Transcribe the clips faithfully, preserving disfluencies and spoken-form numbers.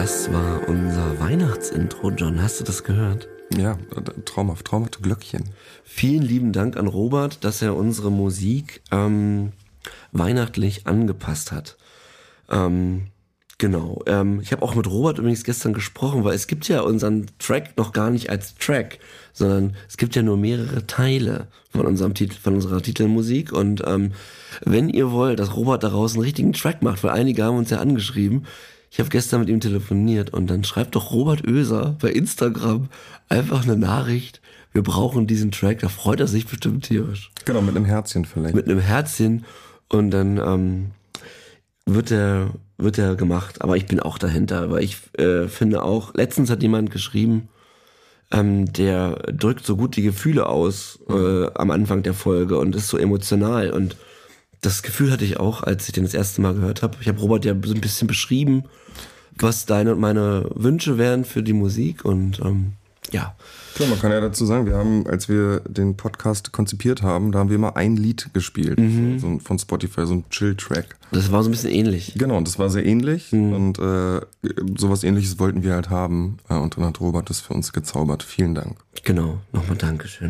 Das war unser Weihnachtsintro, John. Hast du das gehört? Ja, traumhaft, traumhafte Glöckchen. Vielen lieben Dank an Robert, dass er unsere Musik ähm, weihnachtlich angepasst hat. Ähm, genau. Ähm, ich habe auch mit Robert übrigens gestern gesprochen, weil es gibt ja unseren Track noch gar nicht als Track, sondern es gibt ja nur mehrere Teile von unserem Titel, von unserer Titelmusik. Und ähm, wenn ihr wollt, dass Robert daraus einen richtigen Track macht, weil einige haben uns ja angeschrieben, ich habe gestern mit ihm telefoniert und dann schreibt doch Robert Oeser bei Instagram einfach eine Nachricht, wir brauchen diesen Track, da freut er sich bestimmt tierisch. Genau, mit einem Herzchen vielleicht. Mit einem Herzchen und dann ähm, wird er wird er gemacht, aber ich bin auch dahinter, weil ich äh, finde auch, letztens hat jemand geschrieben, ähm, der drückt so gut die Gefühle aus äh, am Anfang der Folge und ist so emotional und das Gefühl hatte ich auch, als ich den das erste Mal gehört habe. Ich habe Robert ja so ein bisschen beschrieben, was deine und meine Wünsche wären für die Musik und ähm, ja. Klar, man kann ja dazu sagen, wir haben, als wir den Podcast konzipiert haben, da haben wir immer ein Lied gespielt, mhm. so von Spotify, so ein Chill-Track. Das war so ein bisschen ähnlich. Genau, das war sehr ähnlich mhm. und äh, sowas Ähnliches wollten wir halt haben äh, und dann hat Robert das für uns gezaubert. Vielen Dank. Genau, nochmal Dankeschön.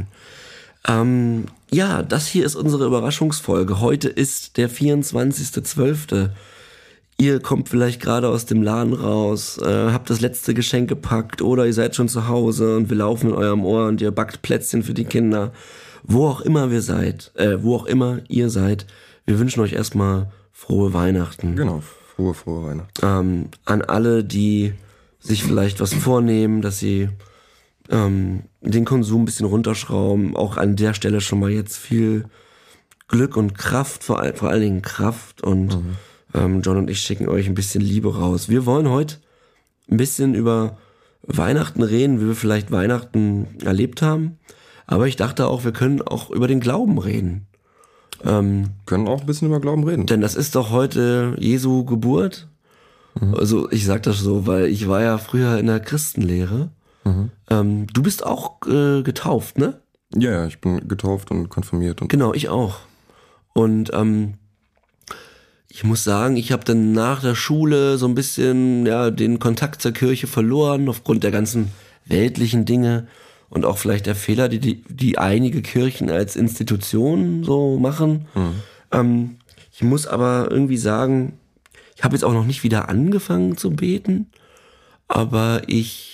Ähm, ja, das hier ist unsere Überraschungsfolge. Heute ist der vierundzwanzigster zwölfte Ihr kommt vielleicht gerade aus dem Laden raus, äh, habt das letzte Geschenk gepackt oder ihr seid schon zu Hause und wir laufen in eurem Ohr und ihr backt Plätzchen für die Kinder. Wo auch immer wir seid, äh, wo auch immer ihr seid, wir wünschen euch erstmal frohe Weihnachten. Genau, frohe, frohe Weihnachten. Ähm, an alle, die sich vielleicht was vornehmen, dass sie ähm, den Konsum ein bisschen runterschrauben. Auch an der Stelle schon mal jetzt viel Glück und Kraft, vor, all, vor allen Dingen Kraft und mhm. ähm, John und ich schicken euch ein bisschen Liebe raus. Wir wollen heute ein bisschen über Weihnachten reden, wie wir vielleicht Weihnachten erlebt haben. Aber ich dachte auch, wir können auch über den Glauben reden. Ähm, können auch ein bisschen über Glauben reden. Denn das ist doch heute Jesu Geburt. Mhm. Also ich sag das so, weil ich war ja früher in der Christenlehre. Mhm. Ähm, du bist auch äh, getauft, ne? Ja, ja, ich bin getauft und konfirmiert. Und genau, ich auch. Und ähm, ich muss sagen, ich habe dann nach der Schule so ein bisschen ja den Kontakt zur Kirche verloren, aufgrund der ganzen weltlichen Dinge und auch vielleicht der Fehler, die, die, die einige Kirchen als Institution so machen. Mhm. Ähm, ich muss aber irgendwie sagen, ich habe jetzt auch noch nicht wieder angefangen zu beten, aber ich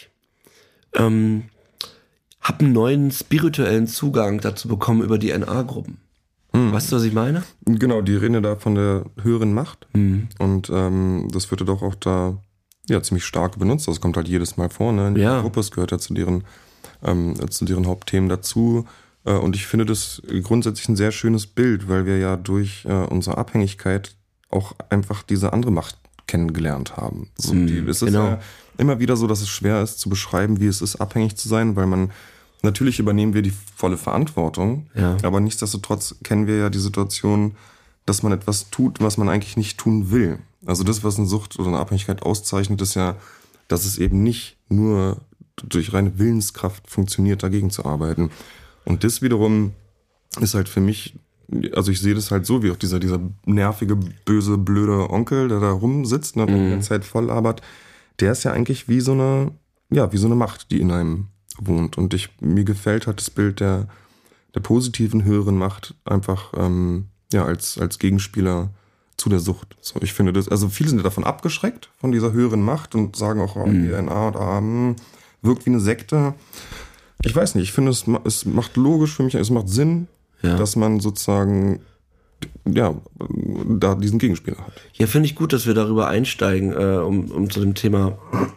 ähm, habe einen neuen spirituellen Zugang dazu bekommen über die N A-Gruppen. Hm. Weißt du, was ich meine? Genau, die reden ja da von der höheren Macht. Hm. Und ähm, das wird ja doch auch da ja ziemlich stark benutzt. Das kommt halt jedes Mal vor, ne? In ja. der Gruppe, es gehört ja zu deren, ähm, zu deren Hauptthemen dazu. Äh, und ich finde das grundsätzlich ein sehr schönes Bild, weil wir ja durch äh, unsere Abhängigkeit auch einfach diese andere Macht kennengelernt haben. So, hm, die, es ist genau. ja immer wieder so, dass es schwer ist zu beschreiben, wie es ist, abhängig zu sein, weil man natürlich übernehmen wir die volle Verantwortung, ja. aber nichtsdestotrotz kennen wir ja die Situation, dass man etwas tut, was man eigentlich nicht tun will. Also das, was eine Sucht oder eine Abhängigkeit auszeichnet, ist ja, dass es eben nicht nur durch reine Willenskraft funktioniert, dagegen zu arbeiten. Und das wiederum ist halt für mich, also ich sehe das halt so, wie auch dieser, dieser nervige, böse, blöde Onkel, der da rumsitzt, ne, der mhm. die ganze Zeit voll labert, der ist ja eigentlich wie so eine, ja, wie so eine Macht, die in einem wohnt. Und ich, mir gefällt halt das Bild der, der positiven, höheren Macht einfach ähm, ja, als, als Gegenspieler zu der Sucht. So, ich finde das, also viele sind ja davon abgeschreckt, von dieser höheren Macht und sagen auch, oh, die N A da mh, wirkt wie eine Sekte. Ich weiß nicht, ich finde, es, es macht logisch für mich, es macht Sinn, ja. dass man sozusagen ja, da diesen Gegenspieler hat. Ja, finde ich gut, dass wir darüber einsteigen, äh, um, um zu dem Thema.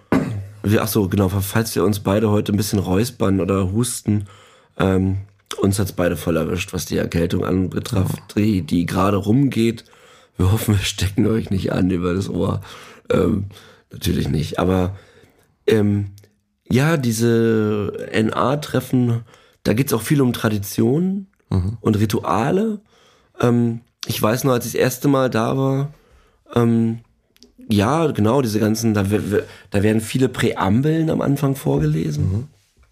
Ach so, genau, falls wir uns beide heute ein bisschen räuspern oder husten, ähm, uns hat's beide voll erwischt, was die Erkältung anbetrifft, die, die gerade rumgeht. Wir hoffen, wir stecken euch nicht an über das Ohr. Ähm, natürlich nicht, aber ähm, ja, diese N A-Treffen, da geht's auch viel um Traditionen mhm. und Rituale. Ähm, ich weiß noch, als ich das erste Mal da war, ähm, ja, genau, diese ganzen, da, da werden viele Präambeln am Anfang vorgelesen. Mhm.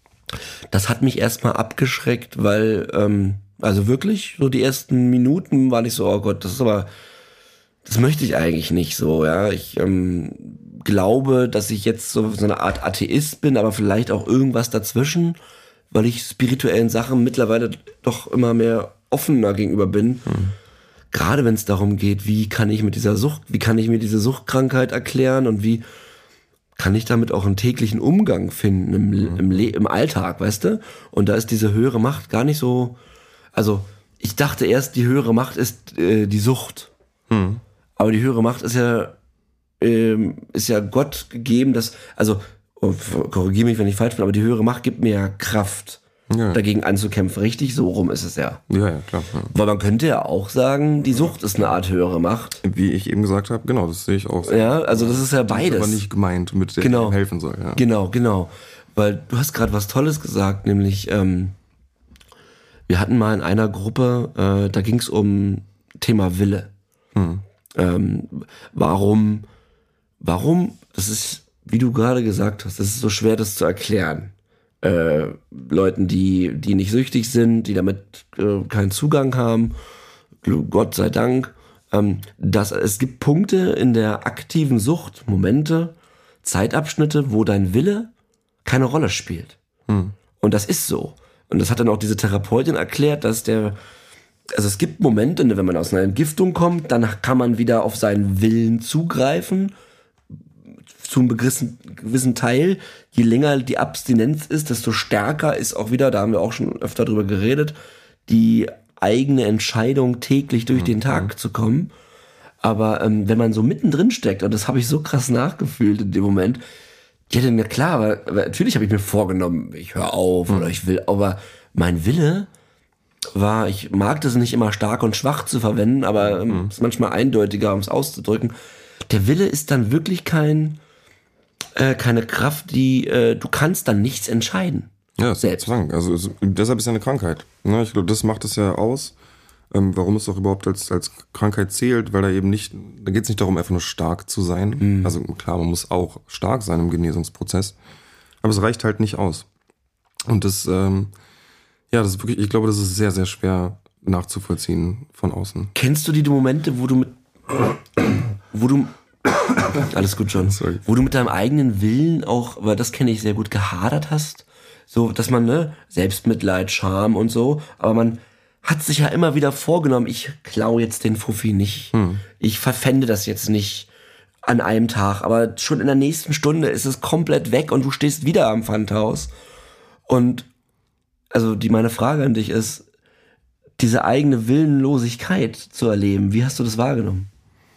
Das hat mich erstmal abgeschreckt, weil, ähm, also wirklich, so die ersten Minuten war ich so, oh Gott, das ist aber, das möchte ich eigentlich nicht so, ja. Ich ähm, glaube, dass ich jetzt so, so eine Art Atheist bin, aber vielleicht auch irgendwas dazwischen, weil ich spirituellen Sachen mittlerweile doch immer mehr offener gegenüber bin. Hm. Gerade wenn es darum geht, wie kann ich mit dieser Sucht, wie kann ich mir diese Suchtkrankheit erklären und wie kann ich damit auch einen täglichen Umgang finden im, hm. im, Le- im Alltag, weißt du? Und da ist diese höhere Macht gar nicht so, also ich dachte erst, die höhere Macht ist äh, die Sucht. Hm. Aber die höhere Macht ist ja, ähm, ist ja Gott gegeben, dass, also, oh, korrigiere mich, wenn ich falsch bin, aber die höhere Macht gibt mir ja Kraft, ja. dagegen anzukämpfen. Richtig? So rum ist es ja. Ja, ja, klar. Ja. Weil man könnte ja auch sagen, die Sucht ist eine Art höhere Macht. Wie ich eben gesagt habe, genau, das sehe ich auch so. Ja, also das ist ja beides. Das ist aber nicht gemeint, mit der genau. helfen soll. Ja. Genau, genau. Weil du hast gerade was Tolles gesagt, nämlich, ähm, wir hatten mal in einer Gruppe, äh, da ging es um Thema Wille. Hm. Ähm, warum, warum, das ist, wie du gerade gesagt hast, das ist so schwer, das zu erklären. Äh, Leuten, die, die nicht süchtig sind, die damit äh, keinen Zugang haben, Gott sei Dank, ähm, dass es gibt Punkte in der aktiven Sucht, Momente, Zeitabschnitte, wo dein Wille keine Rolle spielt. Hm. Und das ist so. Und das hat dann auch diese Therapeutin erklärt, dass der, also es gibt Momente, wenn man aus einer Entgiftung kommt, dann kann man wieder auf seinen Willen zugreifen, zu einem gewissen, gewissen Teil. Je länger die Abstinenz ist, desto stärker ist auch wieder, da haben wir auch schon öfter drüber geredet, die eigene Entscheidung, täglich durch den Tag zu kommen. Aber ähm, wenn man so mittendrin steckt, und das habe ich so krass nachgefühlt in dem Moment, ja, denn ja klar, aber, aber natürlich habe ich mir vorgenommen, ich höre auf mhm. oder ich will, aber mein Wille war, ich mag das nicht immer stark und schwach zu verwenden, aber es mhm. ist manchmal eindeutiger, um es auszudrücken. Der Wille ist dann wirklich kein, äh, keine Kraft, die, äh, du kannst dann nichts entscheiden. Ja, selbst. Zwang. Also es, deshalb ist ja eine Krankheit. Ne? Ich glaube, das macht es ja aus, ähm, warum es auch überhaupt als, als Krankheit zählt, weil da eben nicht, da geht es nicht darum, einfach nur stark zu sein. Mhm. Also klar, man muss auch stark sein im Genesungsprozess, aber es reicht halt nicht aus. Und das, ähm, ja, das ist wirklich, ich glaube, das ist sehr, sehr schwer nachzuvollziehen von außen. Kennst du die Momente, wo du mit, wo du, alles gut schon, Sorry. wo du mit deinem eigenen Willen auch, weil das kenne ich sehr gut, gehadert hast? So, dass man, ne, Selbstmitleid, Scham und so, aber man hat sich ja immer wieder vorgenommen, ich klaue jetzt den Fuffi nicht. Hm. Ich verpfände das jetzt nicht an einem Tag, aber schon in der nächsten Stunde ist es komplett weg und du stehst wieder am Pfandhaus. Und also die meine Frage an dich ist, diese eigene Willenlosigkeit zu erleben, wie hast du das wahrgenommen?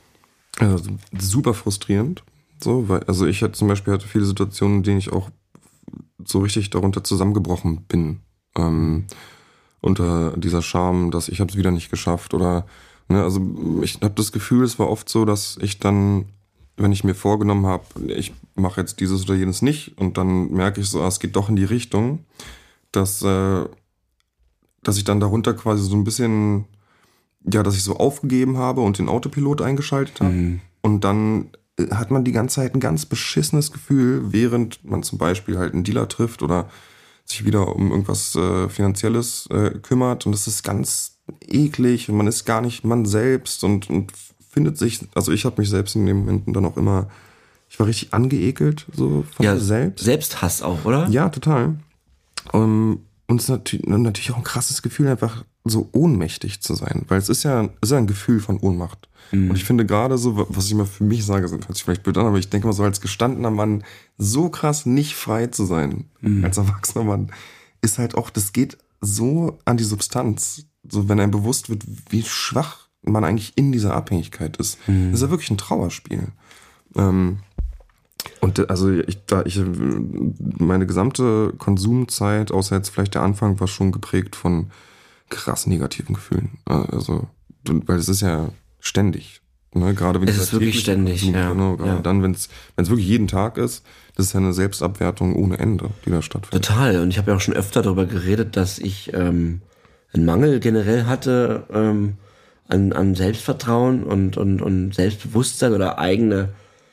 Also, super frustrierend. So, weil, also ich hatte zum Beispiel hatte viele Situationen, in denen ich auch so richtig darunter zusammengebrochen bin. Ähm, unter dieser Scham, dass ich habe es wieder nicht geschafft oder ne, also ich habe das Gefühl, es war oft so, dass ich dann, wenn ich mir vorgenommen habe, ich mache jetzt dieses oder jenes nicht und dann merke ich so, es geht doch in die Richtung, dass äh, dass ich dann darunter quasi so ein bisschen, ja, dass ich so aufgegeben habe und den Autopilot eingeschaltet habe mhm. und dann hat man die ganze Zeit ein ganz beschissenes Gefühl, während man zum Beispiel halt einen Dealer trifft oder sich wieder um irgendwas äh, Finanzielles äh, kümmert und das ist ganz eklig und man ist gar nicht man selbst und, und findet sich, also ich habe mich selbst in den Momenten dann auch immer, ich war richtig angeekelt so von ja, mir selbst. Selbsthass auch, oder? Ja, total. Um, und es ist natürlich, natürlich auch ein krasses Gefühl, einfach so ohnmächtig zu sein, weil es ist ja, es ist ja ein Gefühl von Ohnmacht. Mhm. Und ich finde gerade so, was ich mal für mich sage, hört sich vielleicht blöd an, aber ich denke mal so als gestandener Mann, so krass nicht frei zu sein, mhm. als erwachsener Mann, ist halt auch, das geht so an die Substanz, so wenn einem bewusst wird, wie schwach man eigentlich in dieser Abhängigkeit ist. Mhm. Das ist ja wirklich ein Trauerspiel. Ähm, und also ich, da ich, meine gesamte Konsumzeit, außer jetzt vielleicht der Anfang, war schon geprägt von krass negativen Gefühlen. Also, weil es ist ja ständig. Ne? Gerade wenn es ist wirklich ständig. Konsum, ja. Ne? Gerade ja. dann, wenn es wirklich jeden Tag ist, das ist ja eine Selbstabwertung ohne Ende, die da stattfindet. Total. Und ich habe ja auch schon öfter darüber geredet, dass ich ähm, einen Mangel generell hatte ähm, an, an Selbstvertrauen und, und, und Selbstbewusstsein oder eigene,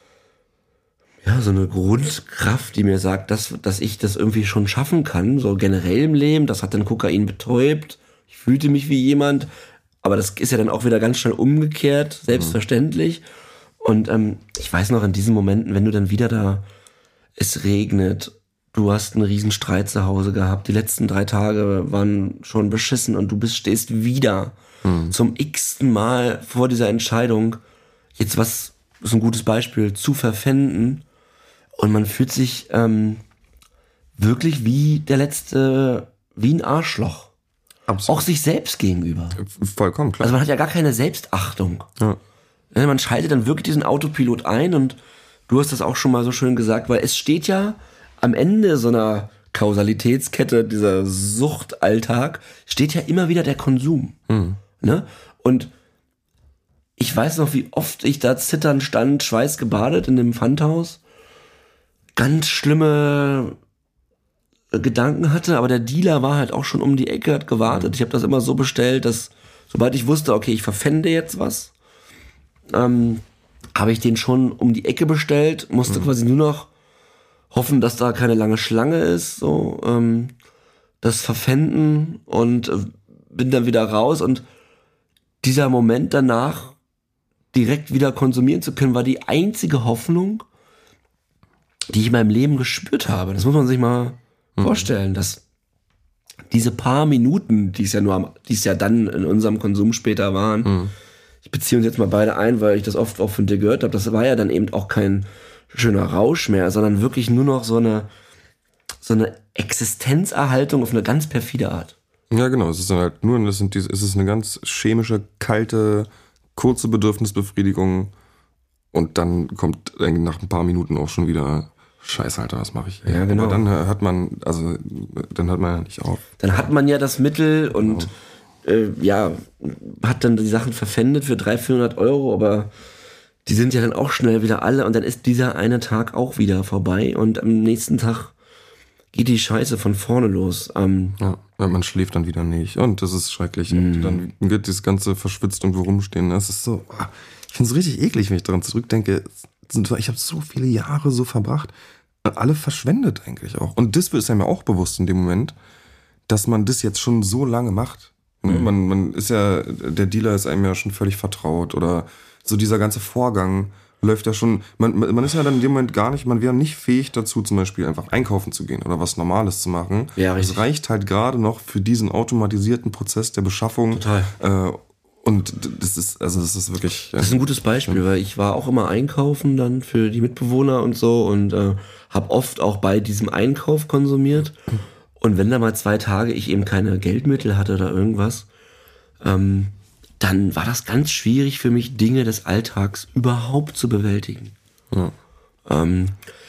ja, so eine Grundkraft, die mir sagt, dass, dass ich das irgendwie schon schaffen kann, so generell im Leben. Das hat dann Kokain betäubt. Ich fühlte mich wie jemand, aber das ist ja dann auch wieder ganz schnell umgekehrt, selbstverständlich. Und ähm, ich weiß noch, in diesen Momenten, wenn du dann wieder da, es regnet, du hast einen riesen Streit zu Hause gehabt, die letzten drei Tage waren schon beschissen und du bist, stehst wieder mhm. zum x-ten Mal vor dieser Entscheidung, jetzt was, ist ein gutes Beispiel, zu verpfänden, und man fühlt sich ähm, wirklich wie der letzte, wie ein Arschloch. Absolut. Auch sich selbst gegenüber. Vollkommen, klar. Also man hat ja gar keine Selbstachtung. Ja. Man schaltet dann wirklich diesen Autopilot ein, und du hast das auch schon mal so schön gesagt, weil es steht ja am Ende so einer Kausalitätskette, dieser Suchtalltag, steht ja immer wieder der Konsum. Mhm. Ne? Und ich weiß noch, wie oft ich da zitternd stand, schweißgebadet in dem Pfandhaus, ganz schlimme Gedanken hatte, aber der Dealer war halt auch schon um die Ecke, hat gewartet. Ich habe das immer so bestellt, dass sobald ich wusste, okay, ich verpfände jetzt was, ähm, habe ich den schon um die Ecke bestellt, musste mhm. quasi nur noch hoffen, dass da keine lange Schlange ist, so ähm, das Verpfänden, und äh, bin dann wieder raus, und dieser Moment danach direkt wieder konsumieren zu können, war die einzige Hoffnung, die ich in meinem Leben gespürt habe. Das muss man sich mal mhm. vorstellen, dass diese paar Minuten, die es ja nur am, die es ja dann in unserem Konsum später waren, mhm. ich beziehe uns jetzt mal beide ein, weil ich das oft auch von dir gehört habe, das war ja dann eben auch kein schöner Rausch mehr, sondern wirklich nur noch so eine so eine Existenzerhaltung auf eine ganz perfide Art. Ja, genau. Es ist dann halt nur, das sind diese, es ist eine ganz chemische, kalte, kurze Bedürfnisbefriedigung, und dann kommt nach ein paar Minuten auch schon wieder Scheiße, Alter, was mache ich hier? Ja, genau. Aber dann hat man, also dann hat man ja nicht auf. Dann hat man ja das Mittel und genau. äh, ja, hat dann die Sachen verpfändet für dreihundert, vierhundert Euro, aber die sind ja dann auch schnell wieder alle, und dann ist dieser eine Tag auch wieder vorbei, und am nächsten Tag geht die Scheiße von vorne los. Ähm, ja, man schläft dann wieder nicht, und das ist schrecklich. Mm. Und dann wird das ganze verschwitzt irgendwo rumstehen. Das ist so, ich finde es richtig eklig, wenn ich daran zurückdenke. Ich habe so viele Jahre so verbracht, alle verschwendet eigentlich auch. Und das ist einem ja auch bewusst in dem Moment, dass man das jetzt schon so lange macht. Mhm. Man, man ist ja, der Dealer ist einem ja schon völlig vertraut, oder so dieser ganze Vorgang läuft ja schon, man, man ist ja dann in dem Moment gar nicht, man wäre nicht fähig dazu, zum Beispiel einfach einkaufen zu gehen oder was Normales zu machen. Ja, es reicht halt gerade noch für diesen automatisierten Prozess der Beschaffung. Total. Äh, und das ist, also das ist wirklich... Das ist ein gutes Beispiel, ja. Weil ich war auch immer einkaufen dann für die Mitbewohner und so, und äh, habe oft auch bei diesem Einkauf konsumiert. Und wenn da mal zwei Tage ich eben keine Geldmittel hatte oder irgendwas, ähm, dann war das ganz schwierig für mich, Dinge des Alltags überhaupt zu bewältigen. Ja. Ähm,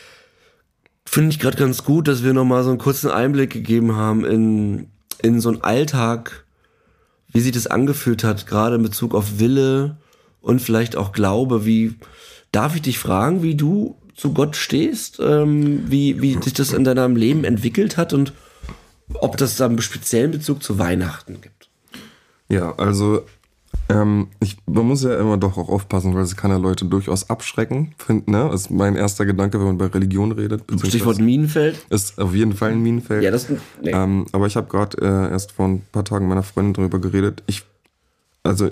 finde ich gerade ganz gut, dass wir nochmal so einen kurzen Einblick gegeben haben in, in so einen Alltag, wie sich das angefühlt hat, gerade in Bezug auf Wille und vielleicht auch Glaube. Wie, darf ich dich fragen, wie du zu Gott stehst, ähm, wie, wie sich das in deinem Leben entwickelt hat und ob das da einen speziellen Bezug zu Weihnachten gibt? Ja, also ähm, ich, man muss ja immer doch auch aufpassen, weil es kann ja Leute durchaus abschrecken, find, ne? Das ist mein erster Gedanke, wenn man bei Religion redet. Stichwort Minenfeld? Ist auf jeden Fall ein Minenfeld. Ja, das nee. ähm, aber ich habe gerade äh, erst vor ein paar Tagen mit meiner Freundin darüber geredet. Ich, also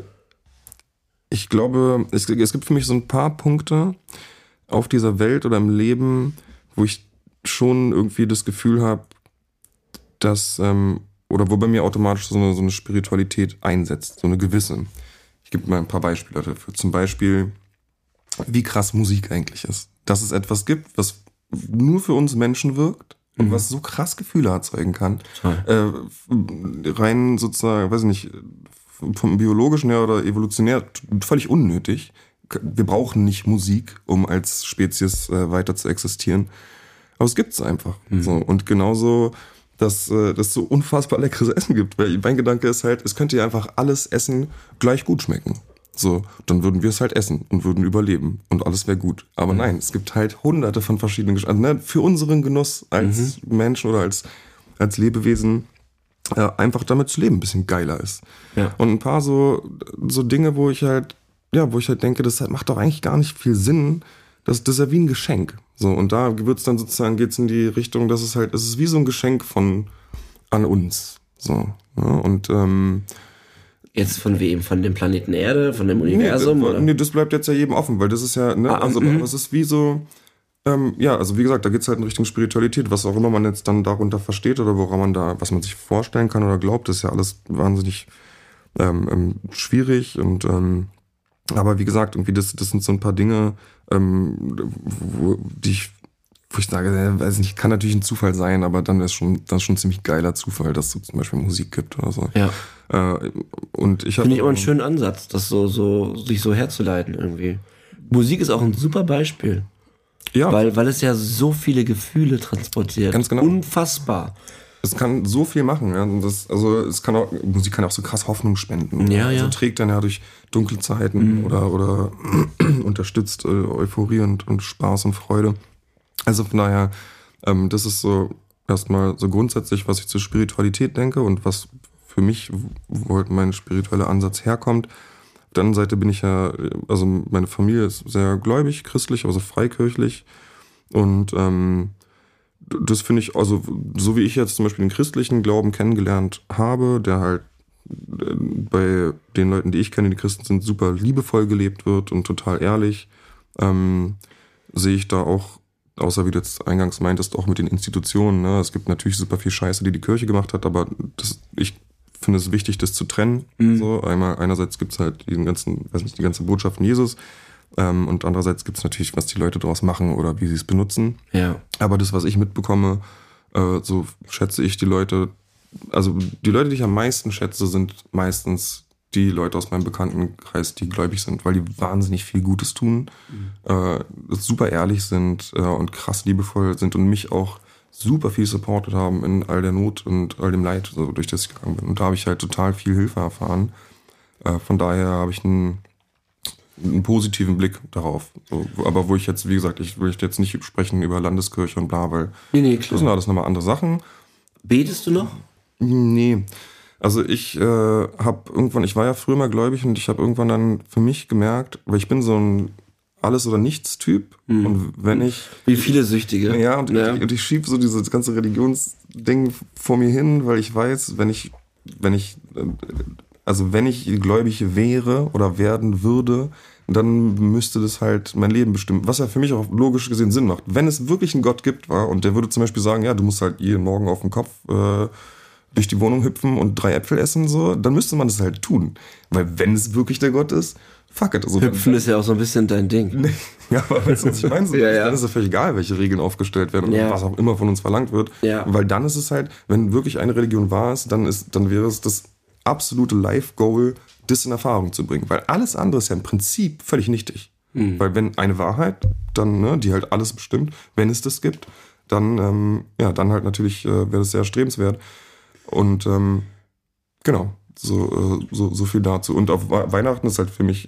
ich glaube, es, es gibt für mich so ein paar Punkte auf dieser Welt oder im Leben, wo ich schon irgendwie das Gefühl habe, dass, ähm, oder wo bei mir automatisch so eine, so eine Spiritualität einsetzt, so eine gewisse. Ich gebe mal ein paar Beispiele dafür. Zum Beispiel, wie krass Musik eigentlich ist. Dass es etwas gibt, was nur für uns Menschen wirkt und mhm. was so krass Gefühle erzeugen kann. Äh, rein sozusagen, weiß ich nicht, vom biologischen her oder evolutionär völlig unnötig. Wir brauchen nicht Musik, um als Spezies äh, weiter zu existieren. Aber es gibt's einfach. Mhm. So. Und genauso, dass es äh, so unfassbar leckeres Essen gibt. Weil mein Gedanke ist halt, es könnte ja einfach alles Essen gleich gut schmecken. So, dann würden wir es halt essen und würden überleben und alles wäre gut. Aber mhm. nein, es gibt halt hunderte von verschiedenen Geschmacken. Also, ne, für unseren Genuss als mhm. Menschen oder als, als Lebewesen äh, einfach damit zu leben ein bisschen geiler ist. Ja. Und ein paar so, so Dinge, wo ich halt, ja, wo ich halt denke, das macht doch eigentlich gar nicht viel Sinn. Das, das ist ja wie ein Geschenk. So, und da wird's dann sozusagen, geht's in die Richtung, dass es halt, es ist wie so ein Geschenk von an uns. So, ja, und ähm, Jetzt von wem? Von dem Planeten Erde? Von dem Universum? Nee, oder? nee, das bleibt jetzt ja jedem offen, weil das ist ja, ne, Ah, also mhm. es ist wie so, ähm, ja, also wie gesagt, da geht's halt in Richtung Spiritualität, was auch immer man jetzt dann darunter versteht oder woran man da, was man sich vorstellen kann oder glaubt, ist ja alles wahnsinnig ähm, ähm, schwierig und ähm, aber wie gesagt, irgendwie das, das sind so ein paar Dinge, ähm, wo, die ich, wo ich sage, äh, weiß nicht, kann natürlich ein Zufall sein, aber dann ist schon, das ist schon ein ziemlich geiler Zufall, dass es zum Beispiel Musik gibt oder so. Ja. Äh, und ich habe Finde ich aber einen schönen Ansatz, das so, so, sich so herzuleiten irgendwie. Musik ist auch ein super Beispiel. ja, Weil, weil es ja so viele Gefühle transportiert. Ganz genau. Unfassbar. es kann so viel machen. Ja. Und das, also es kann auch, Musik kann auch so krass Hoffnung spenden. Ja, also ja. trägt dann ja durch dunkle Zeiten Mhm. oder, oder unterstützt äh, Euphorie und, und Spaß und Freude. Also von daher, ähm, das ist so erstmal so grundsätzlich, was ich zur Spiritualität denke und was für mich, wo halt mein spiritueller Ansatz herkommt. Auf der anderen Seite bin ich ja, also meine Familie ist sehr gläubig, christlich, also freikirchlich. Und ähm, das finde ich, also so wie ich jetzt zum Beispiel den christlichen Glauben kennengelernt habe, der halt äh, bei den Leuten, die ich kenne, die Christen sind, super liebevoll gelebt wird und total ehrlich, ähm, sehe ich da auch, außer wie du jetzt eingangs meintest, auch mit den Institutionen. Ne? Es gibt natürlich super viel Scheiße, die die Kirche gemacht hat, aber das, ich finde es wichtig, das zu trennen. Mhm. So, einmal, einerseits gibt es halt diesen ganzen, weiß nicht, die ganze Botschaft von Jesus, ähm, und andererseits gibt es natürlich, was die Leute daraus machen oder wie sie es benutzen. Ja. Aber das, was ich mitbekomme, äh, so schätze ich die Leute, also die Leute, die ich am meisten schätze, sind meistens die Leute aus meinem Bekanntenkreis, die gläubig sind, weil die wahnsinnig viel Gutes tun, mhm. äh, super ehrlich sind äh, und krass liebevoll sind und mich auch super viel supportet haben in all der Not und all dem Leid, so, durch das ich gegangen bin. Und da habe ich halt total viel Hilfe erfahren. Äh, von daher habe ich einen, einen positiven Blick darauf. So, aber wo ich jetzt, wie gesagt, ich will jetzt nicht sprechen über Landeskirche und bla, weil Nee, nee, das klar. sind alles nochmal andere Sachen. Betest du noch? Nee. Also ich äh, habe irgendwann, ich war ja früher mal gläubig und ich habe irgendwann dann für mich gemerkt, weil ich bin so ein Alles- oder Nichts-Typ. Mhm. Und wenn ich... Wie viele Süchtige. Ja, und ja. ich, und ich schiebe so dieses ganze Religionsding vor mir hin, weil ich weiß, wenn ich, wenn ich, also wenn ich gläubig wäre oder werden würde, dann müsste das halt mein Leben bestimmen. Was ja für mich auch logisch gesehen Sinn macht. Wenn es wirklich einen Gott gibt, war, und der würde zum Beispiel sagen, ja, du musst halt jeden Morgen auf den Kopf äh, durch die Wohnung hüpfen und drei Äpfel essen, so, dann müsste man das halt tun. Weil wenn es wirklich der Gott ist, fuck it. Also Hüpfen dann, ist ja auch so ein bisschen dein Ding. ja, aber weißt du, was ich meine? So, Ja, ja. Dann ist es völlig egal, welche Regeln aufgestellt werden oder Ja. was auch immer von uns verlangt wird. Ja. Weil dann ist es halt, wenn wirklich eine Religion wahr ist, dann ist, dann wäre es das absolute Life-Goal, das in Erfahrung zu bringen. Weil alles andere ist ja im Prinzip völlig nichtig. Mhm. Weil wenn eine Wahrheit, dann, ne, die halt alles bestimmt, wenn es das gibt, dann, ähm, ja, dann halt natürlich äh, wäre das sehr erstrebenswert. Und ähm, genau, so, äh, so, so viel dazu. Und auf Weihnachten ist halt für mich äh,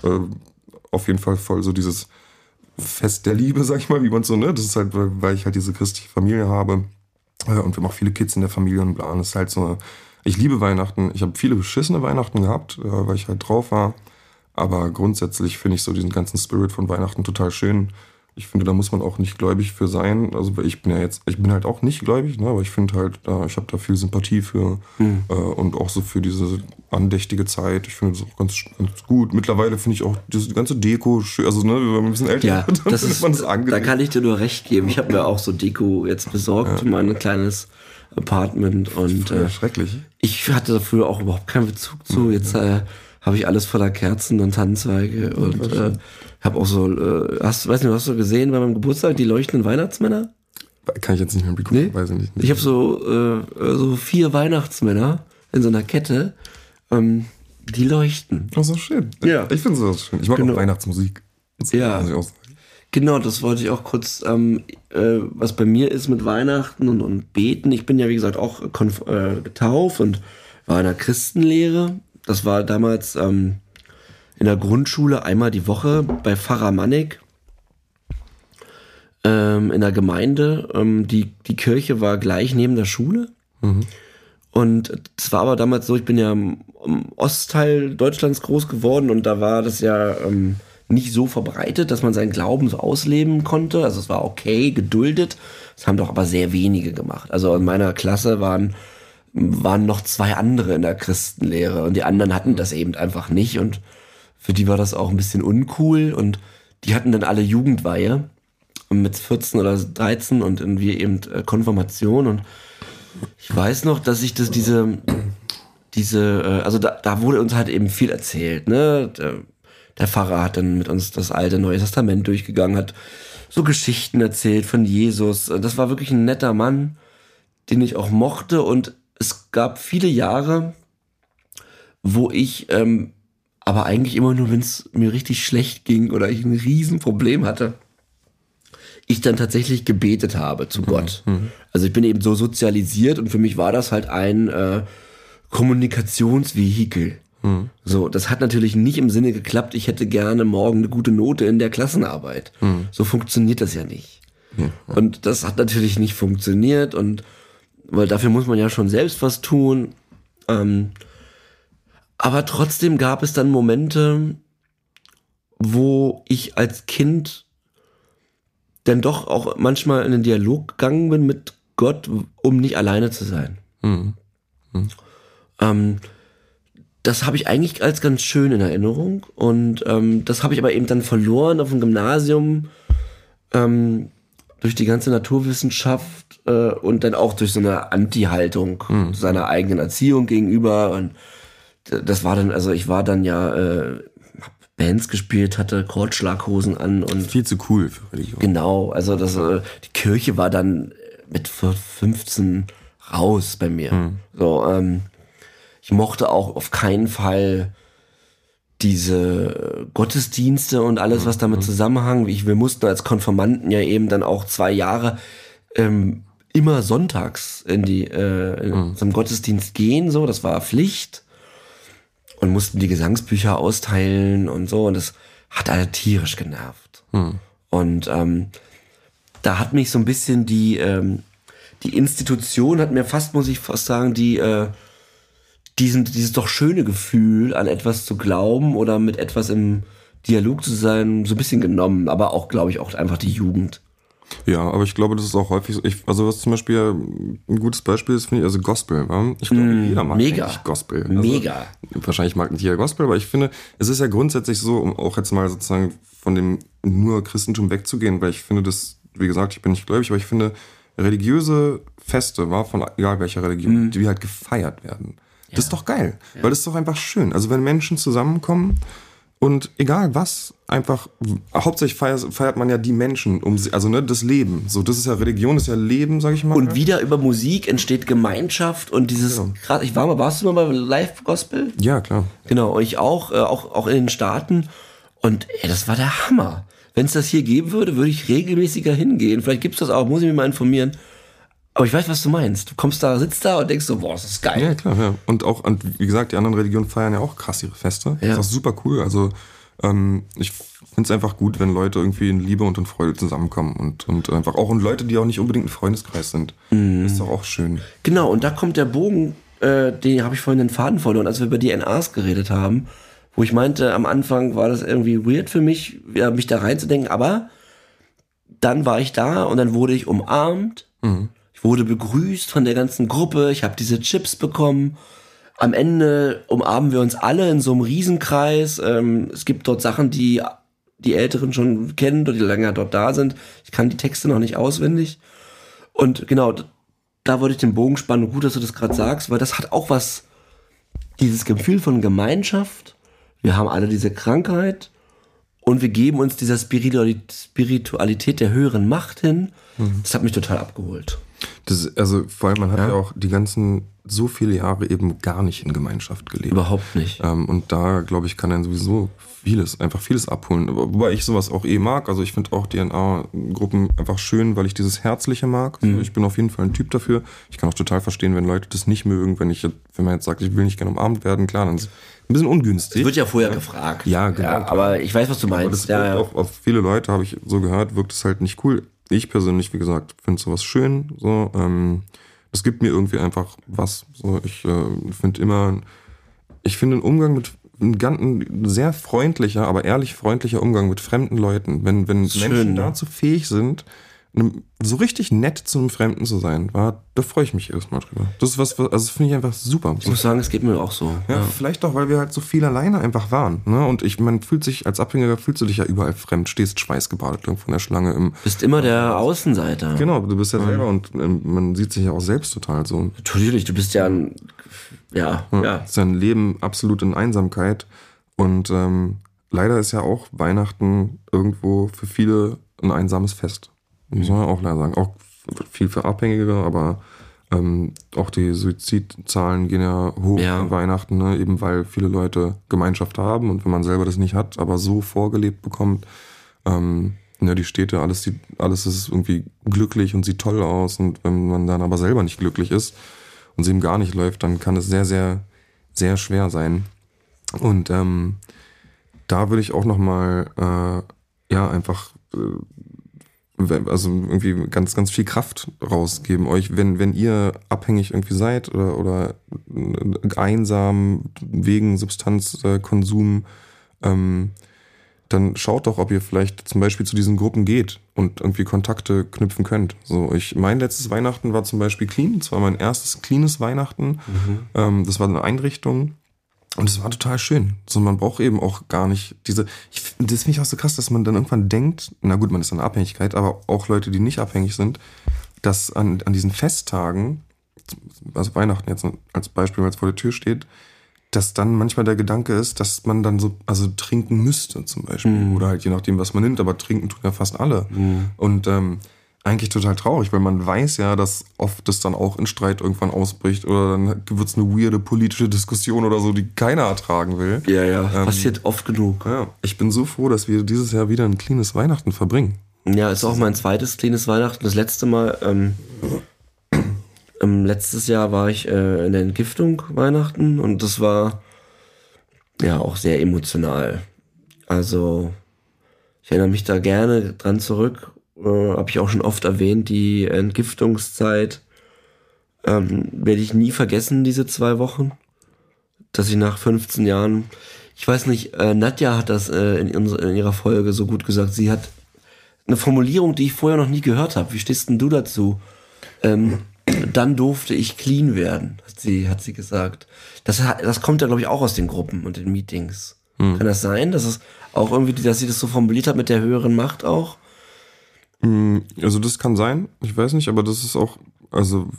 auf jeden Fall voll so dieses Fest der Liebe, sag ich mal, wie man so, ne? Das ist halt, weil, weil ich halt diese christliche Familie habe äh, und wir haben auch viele Kids in der Familie und bla. Und das ist halt so, ich liebe Weihnachten. Ich habe viele beschissene Weihnachten gehabt, äh, weil ich halt drauf war. Aber grundsätzlich finde ich so diesen ganzen Spirit von Weihnachten total schön. Ich finde, da muss man auch nicht gläubig für sein. Also weil ich bin ja jetzt, ich bin halt auch nicht gläubig, ne? Aber ich finde halt, da, ich habe da viel Sympathie für mhm. äh, und auch so für diese andächtige Zeit. Ich finde das auch ganz, ganz gut. Mittlerweile finde ich auch diese ganze Deko schön. Also ne, wenn man ein bisschen älter Ja, wird, dann das ist ist, man das angenehm. da kann ich dir nur recht geben. Ich habe mir auch so Deko jetzt besorgt für mein kleines Apartment und Ja, äh, schrecklich. ich hatte dafür auch überhaupt keinen Bezug zu. Jetzt äh, habe ich alles voller Kerzen und Tannenzweige und äh, habe auch so, äh, hast, weiß nicht, hast du gesehen bei meinem Geburtstag die leuchtenden Weihnachtsmänner? Kann ich jetzt nicht mehr bekommen, Nee? weiß ich nicht. Ich habe so äh, so vier Weihnachtsmänner in so einer Kette, ähm, die leuchten. Ach so, schön. Ja. Ich finde sowas schön. Ich mag Genau. auch Weihnachtsmusik. Das Ja. muss ich auch sagen. Genau, das wollte ich auch kurz, ähm, äh, was bei mir ist mit Weihnachten und, und Beten. Ich bin ja, wie gesagt, auch konf- äh, getauft und war in der Christenlehre. Das war damals ähm, in der Grundschule einmal die Woche bei Pfarrer Mannig ähm, in der Gemeinde. Ähm, die, die Kirche war gleich neben der Schule. Mhm. Und es war aber damals so, ich bin ja im, im Ostteil Deutschlands groß geworden und da war das ja ähm, nicht so verbreitet, dass man seinen Glauben so ausleben konnte. Also es war okay, geduldet. Das haben doch aber sehr wenige gemacht. Also in meiner Klasse waren waren noch zwei andere in der Christenlehre und die anderen hatten das eben einfach nicht und für die war das auch ein bisschen uncool und die hatten dann alle Jugendweihe mit vierzehn oder dreizehn und irgendwie eben Konfirmation und ich weiß noch, dass ich das diese, diese, also da, da wurde uns halt eben viel erzählt, ne? Der, der Pfarrer hat dann mit uns das alte Neue Testament durchgegangen, hat so Geschichten erzählt von Jesus. Das war wirklich ein netter Mann, den ich auch mochte und es gab viele Jahre, wo ich ähm, aber eigentlich immer nur, wenn es mir richtig schlecht ging oder ich ein Riesenproblem hatte, ich dann tatsächlich gebetet habe zu Gott. Mhm. Also ich bin eben so sozialisiert und für mich war das halt ein äh, Kommunikationsvehikel. Mhm. So, das hat natürlich nicht im Sinne geklappt, ich hätte gerne morgen eine gute Note in der Klassenarbeit. Mhm. So funktioniert das ja nicht. Mhm. Und das hat natürlich nicht funktioniert und weil dafür muss man ja schon selbst was tun. Ähm, aber trotzdem gab es dann Momente, wo ich als Kind dann doch auch manchmal in den Dialog gegangen bin mit Gott, um nicht alleine zu sein. Mhm. Mhm. Ähm, das habe ich eigentlich als ganz schön in Erinnerung und ähm, das habe ich aber eben dann verloren auf dem Gymnasium ähm, durch die ganze Naturwissenschaft äh, und dann auch durch so eine Anti-Haltung mhm. seiner eigenen Erziehung gegenüber und das war dann, also ich war dann ja äh, Bands gespielt, hatte Kordschlaghosen an und viel zu cool für Religion. Genau, also das, die Kirche war dann mit fünfzehn raus bei mir. Hm. So, ähm, ich mochte auch auf keinen Fall diese Gottesdienste und alles, was damit zusammenhang. Ich, wir mussten als Konfirmanden ja eben dann auch zwei Jahre ähm, immer sonntags in die äh, in hm. zum Gottesdienst gehen. So, das war Pflicht. Und mussten die Gesangsbücher austeilen und so. Und das hat alle tierisch genervt. Hm. Und ähm, da hat mich so ein bisschen die, ähm, die Institution, hat mir fast, muss ich fast sagen, die, äh, diesen, dieses doch schöne Gefühl, an etwas zu glauben oder mit etwas im Dialog zu sein, so ein bisschen genommen. Aber auch, glaube ich, auch einfach die Jugend. Ja, aber ich glaube, das ist auch häufig so. Ich, also was zum Beispiel ein gutes Beispiel ist, finde ich, also Gospel. Wa? Ich glaube, mm, jeder mag mega. eigentlich Gospel. Also, mega. Wahrscheinlich mag nicht jeder Gospel, aber ich finde, es ist ja grundsätzlich so, um auch jetzt mal sozusagen von dem nur Christentum wegzugehen, weil ich finde das, wie gesagt, ich bin nicht gläubig, aber ich finde religiöse Feste, war von egal welcher Religion, mm. die halt gefeiert werden. Ja. Das ist doch geil, ja. Weil das ist doch einfach schön. Also wenn Menschen zusammenkommen und egal was, einfach, hauptsächlich feiert, feiert man ja die Menschen, um sie, also ne, das Leben. So, das ist ja Religion, das ist ja Leben, sag ich mal. Und wieder über Musik entsteht Gemeinschaft und dieses, genau. Gerade, ich war mal, warst du mal bei Live Gospel? Ja, klar. Genau, ich auch, äh, auch, auch in den Staaten. Und ey, das war der Hammer. Wenn es das hier geben würde, würde ich regelmäßiger hingehen. Vielleicht gibt's das auch, muss ich mich mal informieren. Aber ich weiß, was du meinst. Du kommst da, sitzt da und denkst so, boah, das ist geil. Ja, klar, ja. Und auch, und wie gesagt, die anderen Religionen feiern ja auch krass ihre Feste. Ja. Das ist auch super cool. Also, ähm, ich finde es einfach gut, wenn Leute irgendwie in Liebe und in Freude zusammenkommen und, und einfach auch und Leute, die auch nicht unbedingt ein Freundeskreis sind. Mhm. Das ist doch auch schön. Genau, und da kommt der Bogen, äh, den habe ich vorhin den Faden verloren, als wir über die N As geredet haben, wo ich meinte, am Anfang war das irgendwie weird für mich, ja, mich da reinzudenken, aber dann war ich da und dann wurde ich umarmt. Mhm. Ich wurde begrüßt von der ganzen Gruppe, ich habe diese Chips bekommen. Am Ende umarmen wir uns alle in so einem Riesenkreis. Ähm, es gibt dort Sachen, die die Älteren schon kennen oder die länger dort da sind. Ich kann die Texte noch nicht auswendig. Und genau, da wollte ich den Bogen spannen. Gut, dass du das gerade sagst, weil das hat auch was, dieses Gefühl von Gemeinschaft. Wir haben alle diese Krankheit und wir geben uns dieser Spiritualität der höheren Macht hin. Mhm. Das hat mich total abgeholt. Das, also vor allem, man hat ja. ja auch die ganzen so viele Jahre eben gar nicht in Gemeinschaft gelebt. Überhaupt nicht. Ähm, und da, glaube ich, kann dann sowieso vieles, einfach vieles abholen. Wobei ich sowas auch eh mag. Also ich finde auch D N A-Gruppen einfach schön, weil ich dieses Herzliche mag. Mhm. Also ich bin auf jeden Fall ein Typ dafür. Ich kann auch total verstehen, wenn Leute das nicht mögen. Wenn ich, wenn man jetzt sagt, ich will nicht gerne umarmt werden, klar, dann ist es ein bisschen ungünstig. Das wird ja vorher ja. gefragt. Ja, genau. Ja, aber ich weiß, was du meinst. Aber das ja, ja. Auf, auf viele Leute, habe ich so gehört, wirkt es halt nicht cool. Ich persönlich, wie gesagt, finde sowas schön. So, ähm, es gibt mir irgendwie einfach was. So, ich äh, finde immer, ich finde einen Umgang mit ein, ganz, ein sehr freundlicher, aber ehrlich freundlicher Umgang mit fremden Leuten, wenn wenn Menschen schön, ne? dazu fähig sind, einem, so richtig nett zu einem Fremden zu sein, war, da freue ich mich jedes Mal drüber. Das ist was, also das finde ich einfach super. Ich muss sagen, es geht mir auch so. Ja, ja, vielleicht auch, weil wir halt so viel alleine einfach waren. Ne? Und ich, man fühlt sich, als Abhängiger fühlst du dich ja überall fremd, stehst schweißgebadet irgendwo in der Schlange im. Bist immer der Außenseiter. Genau, du bist ja selber und ähm, man sieht sich ja auch selbst total so. Natürlich, du bist ja ein, ja, ja. ja. Ist ja ein Leben absolut in Einsamkeit. Und ähm, leider ist ja auch Weihnachten irgendwo für viele ein einsames Fest. Muss man auch leider sagen. Auch viel für Abhängige, aber ähm, auch die Suizidzahlen gehen ja hoch Ja. an Weihnachten, ne? Eben weil viele Leute Gemeinschaft haben und wenn man selber das nicht hat, aber so vorgelebt bekommt, ähm, ja, die Städte, alles, sieht, alles ist irgendwie glücklich und sieht toll aus und wenn man dann aber selber nicht glücklich ist und es eben gar nicht läuft, dann kann es sehr, sehr, sehr schwer sein. Und ähm, da würde ich auch nochmal, äh, ja, einfach äh, also irgendwie ganz, ganz viel Kraft rausgeben euch, wenn, wenn ihr abhängig irgendwie seid oder, oder einsam wegen Substanzkonsum, ähm, dann schaut doch, ob ihr vielleicht zum Beispiel zu diesen Gruppen geht und irgendwie Kontakte knüpfen könnt. So, ich, mein letztes Weihnachten war zum Beispiel clean, das war mein erstes cleanes Weihnachten. Mhm. Ähm, das war eine Einrichtung. Und es war total schön. So, man braucht eben auch gar nicht diese, ich, das finde ich auch so krass, dass man dann irgendwann denkt, na gut, man ist in einer Abhängigkeit, aber auch Leute, die nicht abhängig sind, dass an, an diesen Festtagen, also Weihnachten jetzt als Beispiel, weil es vor der Tür steht, dass dann manchmal der Gedanke ist, dass man dann so, also trinken müsste zum Beispiel. Mhm. Oder halt je nachdem, was man nimmt, aber trinken tun ja fast alle. Mhm. Und ähm, eigentlich total traurig, weil man weiß ja, dass oft das dann auch in Streit irgendwann ausbricht oder dann wird es eine weirde politische Diskussion oder so, die keiner ertragen will. Ja, ja, ähm, passiert oft genug. Ja, ich bin so froh, dass wir dieses Jahr wieder ein cleanes Weihnachten verbringen. Ja, ist auch mein zweites cleanes Weihnachten. Das letzte Mal, ähm, ähm, letztes Jahr war ich äh, in der Entgiftung Weihnachten und das war ja auch sehr emotional. Also ich erinnere mich da gerne dran zurück. Äh, habe ich auch schon oft erwähnt, die Entgiftungszeit ähm, werde ich nie vergessen, diese zwei Wochen, dass ich nach fünfzehn Jahren, ich weiß nicht, äh, Nadja hat das äh, in, in ihrer Folge so gut gesagt, sie hat eine Formulierung, die ich vorher noch nie gehört habe. Wie stehst denn du dazu? Ähm, dann durfte ich clean werden, hat sie, hat sie gesagt. Das, das kommt ja, glaube ich, auch aus den Gruppen und den Meetings. Hm. Kann das sein, dass es auch irgendwie, dass sie das so formuliert hat mit der höheren Macht auch? Also das kann sein, ich weiß nicht, aber das ist auch, also...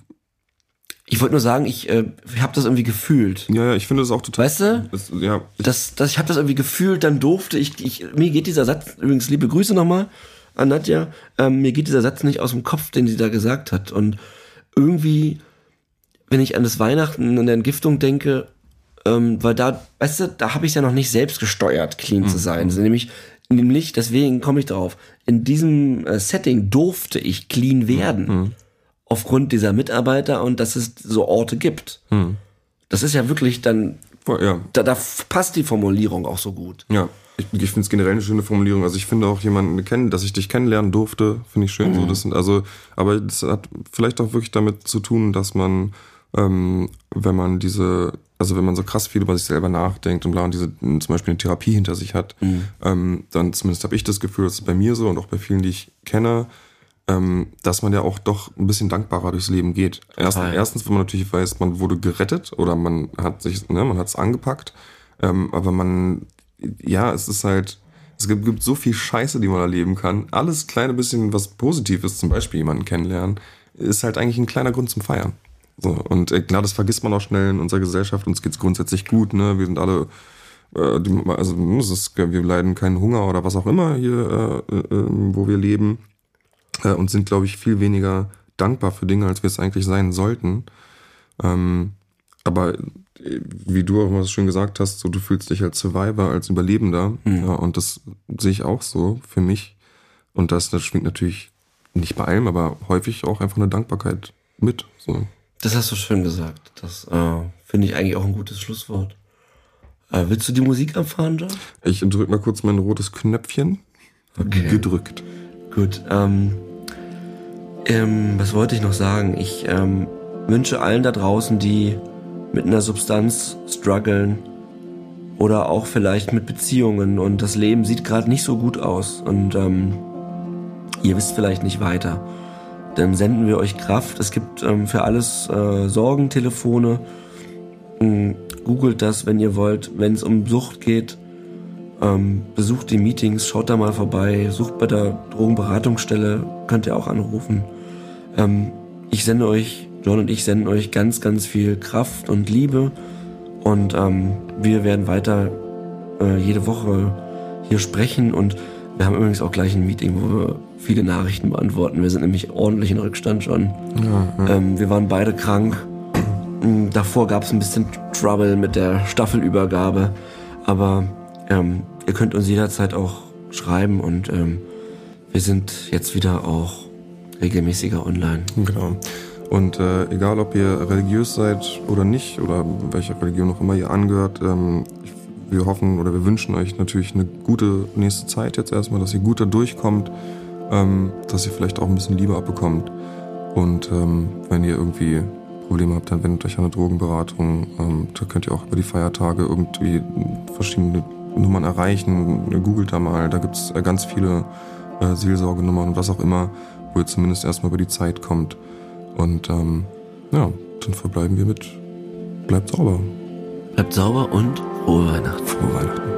Ich wollte nur sagen, ich, äh, ich habe das irgendwie gefühlt. Ja, ja, ich finde das auch total... Weißt du? Das, ja. Das, das, ich habe das irgendwie gefühlt, dann durfte ich, ich... Mir geht dieser Satz, übrigens liebe Grüße nochmal an Nadja, ähm, mir geht dieser Satz nicht aus dem Kopf, den sie da gesagt hat. Und irgendwie, wenn ich an das Weihnachten und der Entgiftung denke, ähm, weil da, weißt du, da habe ich ja noch nicht selbst gesteuert, clean mhm. zu sein. Also nämlich... Nämlich, deswegen komme ich drauf, in diesem äh, Setting durfte ich clean werden. Mhm. Aufgrund dieser Mitarbeiter und dass es so Orte gibt. Mhm. Das ist ja wirklich dann, ja. Da, da passt die Formulierung auch so gut. Ja, ich, ich finde es generell eine schöne Formulierung. Also ich finde auch jemanden kennen, dass ich dich kennenlernen durfte, finde ich schön. Mhm. So, das sind also, aber das hat vielleicht auch wirklich damit zu tun, dass man, ähm, wenn man diese... Also wenn man so krass viel über sich selber nachdenkt und bla und diese zum Beispiel eine Therapie hinter sich hat, mhm. ähm, dann zumindest habe ich das Gefühl, das ist bei mir so und auch bei vielen, die ich kenne, ähm, dass man ja auch doch ein bisschen dankbarer durchs Leben geht. Erst, erstens, wenn man natürlich weiß, man wurde gerettet oder man hat sich, ne, man hat es angepackt, ähm, aber man, ja, es ist halt, es gibt, gibt so viel Scheiße, die man erleben kann. Alles kleine bisschen was Positives, zum Beispiel jemanden kennenlernen, ist halt eigentlich ein kleiner Grund zum Feiern. So, und äh, klar, das vergisst man auch schnell in unserer Gesellschaft. Uns geht's grundsätzlich gut, ne? Wir sind alle, äh, die, also es ist, wir leiden keinen Hunger oder was auch immer hier, äh, äh, wo wir leben, äh, und sind, glaube ich, viel weniger dankbar für Dinge, als wir es eigentlich sein sollten. Ähm, aber äh, wie du auch mal so schön gesagt hast, so du fühlst dich als Survivor, als Überlebender, mhm. ja, und das sehe ich auch so für mich. Und das, das schwingt natürlich nicht bei allem, aber häufig auch einfach eine Dankbarkeit mit. So. Das hast du schön gesagt. Das äh, finde ich eigentlich auch ein gutes Schlusswort. Äh, willst du die Musik abfahren, John? Ich drücke mal kurz mein rotes Knöpfchen. Okay. Gedrückt. Gut. Ähm, ähm, was wollte ich noch sagen? Ich ähm, wünsche allen da draußen, die mit einer Substanz strugglen oder auch vielleicht mit Beziehungen und das Leben sieht gerade nicht so gut aus und ähm, ihr wisst vielleicht nicht weiter. Dann senden wir euch Kraft. Es gibt ähm, für alles äh, Sorgentelefone. Ähm, googelt das, wenn ihr wollt. Wenn es um Sucht geht, ähm, besucht die Meetings, schaut da mal vorbei. Sucht bei der Drogenberatungsstelle, könnt ihr auch anrufen. Ähm, ich sende euch, John und ich senden euch ganz, ganz viel Kraft und Liebe. Und ähm, wir werden weiter äh, jede Woche hier sprechen. Und wir haben übrigens auch gleich ein Meeting, wo wir viele Nachrichten beantworten. Wir sind nämlich ordentlich in Rückstand schon. Ja, ja. Ähm, wir waren beide krank. Davor gab es ein bisschen Trouble mit der Staffelübergabe. Aber ähm, ihr könnt uns jederzeit auch schreiben. Und ähm, wir sind jetzt wieder auch regelmäßiger online. Genau. Und äh, egal, ob ihr religiös seid oder nicht, oder welcher Religion auch immer ihr angehört, ähm, wir hoffen oder wir wünschen euch natürlich eine gute nächste Zeit jetzt erstmal, dass ihr gut da durchkommt, ähm, dass ihr vielleicht auch ein bisschen Liebe abbekommt. Und ähm, wenn ihr irgendwie Probleme habt, dann wendet euch an eine Drogenberatung. Ähm, da könnt ihr auch über die Feiertage irgendwie verschiedene Nummern erreichen. Googelt da mal, da gibt es ganz viele äh, Seelsorgenummern und was auch immer, wo ihr zumindest erstmal über die Zeit kommt. Und ähm, ja, dann verbleiben wir mit bleibt sauber. Bleibt sauber und frohe Weihnachten. Frohe Weihnachten.